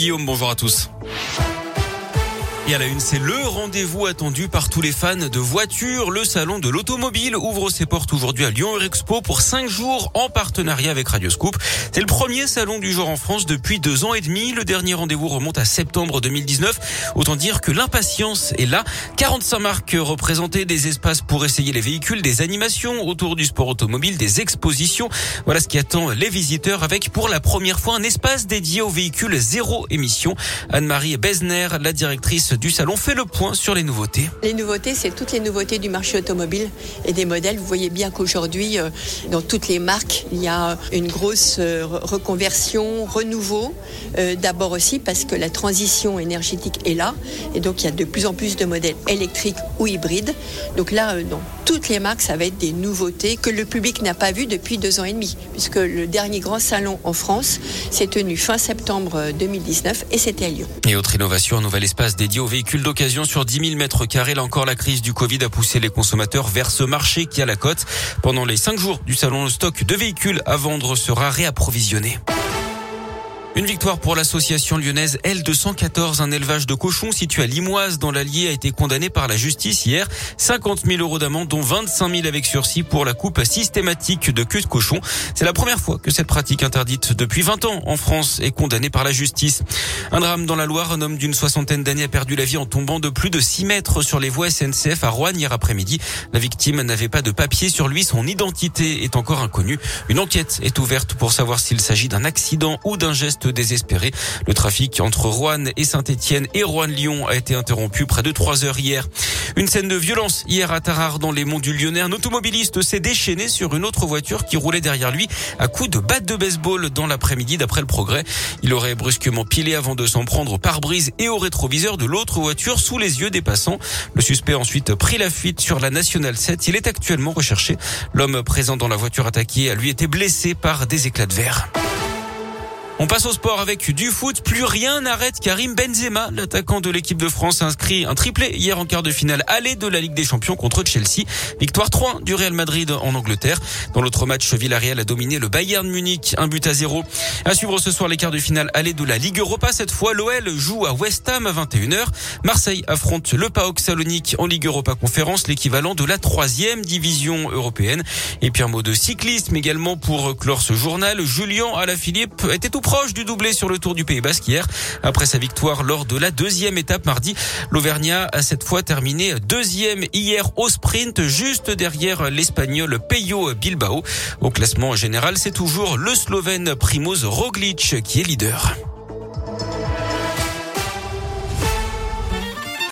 Guillaume, bonjour à tous. Et à la une, c'est le rendez-vous attendu par tous les fans de voitures. Le salon de l'automobile ouvre ses portes aujourd'hui à Lyon Eurexpo pour 5 jours en partenariat avec Radioscoop. C'est le premier salon du genre en France depuis 2 ans et demi. Le dernier rendez-vous remonte à septembre 2019. Autant dire que l'impatience est là. 45 marques représentées, des espaces pour essayer les véhicules, des animations autour du sport automobile, des expositions. Voilà ce qui attend les visiteurs avec pour la première fois un espace dédié aux véhicules zéro émission. Anne-Marie Besner, la directrice du salon, fait le point sur les nouveautés. Les nouveautés, c'est toutes les nouveautés du marché automobile et des modèles. Vous voyez bien qu'aujourd'hui, dans toutes les marques, il y a une grosse reconversion, renouveau. D'abord aussi parce que la transition énergétique est là. Et donc, il y a de plus en plus de modèles électriques ou hybrides. Donc là, dans toutes les marques, ça va être des nouveautés que le public n'a pas vues depuis 2 ans et demi. Puisque le dernier grand salon en France s'est tenu fin septembre 2019 et c'était à Lyon. Et autre innovation, un nouvel espace dédié aux véhicules d'occasion sur 10 000 mètres carrés. Là encore, la crise du Covid a poussé les consommateurs vers ce marché qui a la cote. Pendant les 5 jours du salon, le stock de véhicules à vendre sera réapprovisionné. Une victoire pour l'association lyonnaise L214, un élevage de cochons situé à Limoise dans l'Allier a été condamné par la justice hier. 50 000 € d'amende, dont 25 000 avec sursis pour la coupe systématique de queue de cochon. C'est la première fois que cette pratique interdite depuis 20 ans en France est condamnée par la justice. Un drame dans la Loire, un homme d'une 60aine d'années a perdu la vie en tombant de plus de 6 mètres sur les voies SNCF à Roanne hier après-midi. La victime n'avait pas de papier sur lui, son identité est encore inconnue. Une enquête est ouverte pour savoir s'il s'agit d'un accident ou d'un geste désespéré. Le trafic entre Roanne et Saint-Étienne et Roanne-Lyon a été interrompu près de 3 heures hier. Une scène de violence hier à Tarare dans les monts du Lyonnais. Un automobiliste s'est déchaîné sur une autre voiture qui roulait derrière lui à coups de batte de baseball dans l'après-midi d'après le Progrès. Il aurait brusquement pilé avant de s'en prendre au pare-brise et au rétroviseur de l'autre voiture sous les yeux des passants. Le suspect a ensuite pris la fuite sur la Nationale 7. Il est actuellement recherché. L'homme présent dans la voiture attaquée a lui été blessé par des éclats de verre. On passe au sport avec du foot. Plus rien n'arrête Karim Benzema. L'attaquant de l'équipe de France a inscrit un triplé hier en quart de finale aller de la Ligue des Champions contre Chelsea. Victoire 3 du Real Madrid en Angleterre. Dans l'autre match, Villarreal a dominé le Bayern Munich 1-0. À suivre ce soir les quarts de finale aller de la Ligue Europa. Cette fois, l'OL joue à West Ham à 21h. Marseille affronte le PAOK Salonique en Ligue Europa Conférence, l'équivalent de la 3e division européenne. Et puis un mot de cyclisme également pour clore ce journal. Julien Alaphilippe était tout proche du doublé sur le Tour du Pays Basque hier. Après sa victoire lors de la 2e étape mardi, l'Auvergnat a cette fois terminé 2e hier au sprint, juste derrière l'Espagnol Pello Bilbao. Au classement général, c'est toujours le Slovène Primož Roglič qui est leader.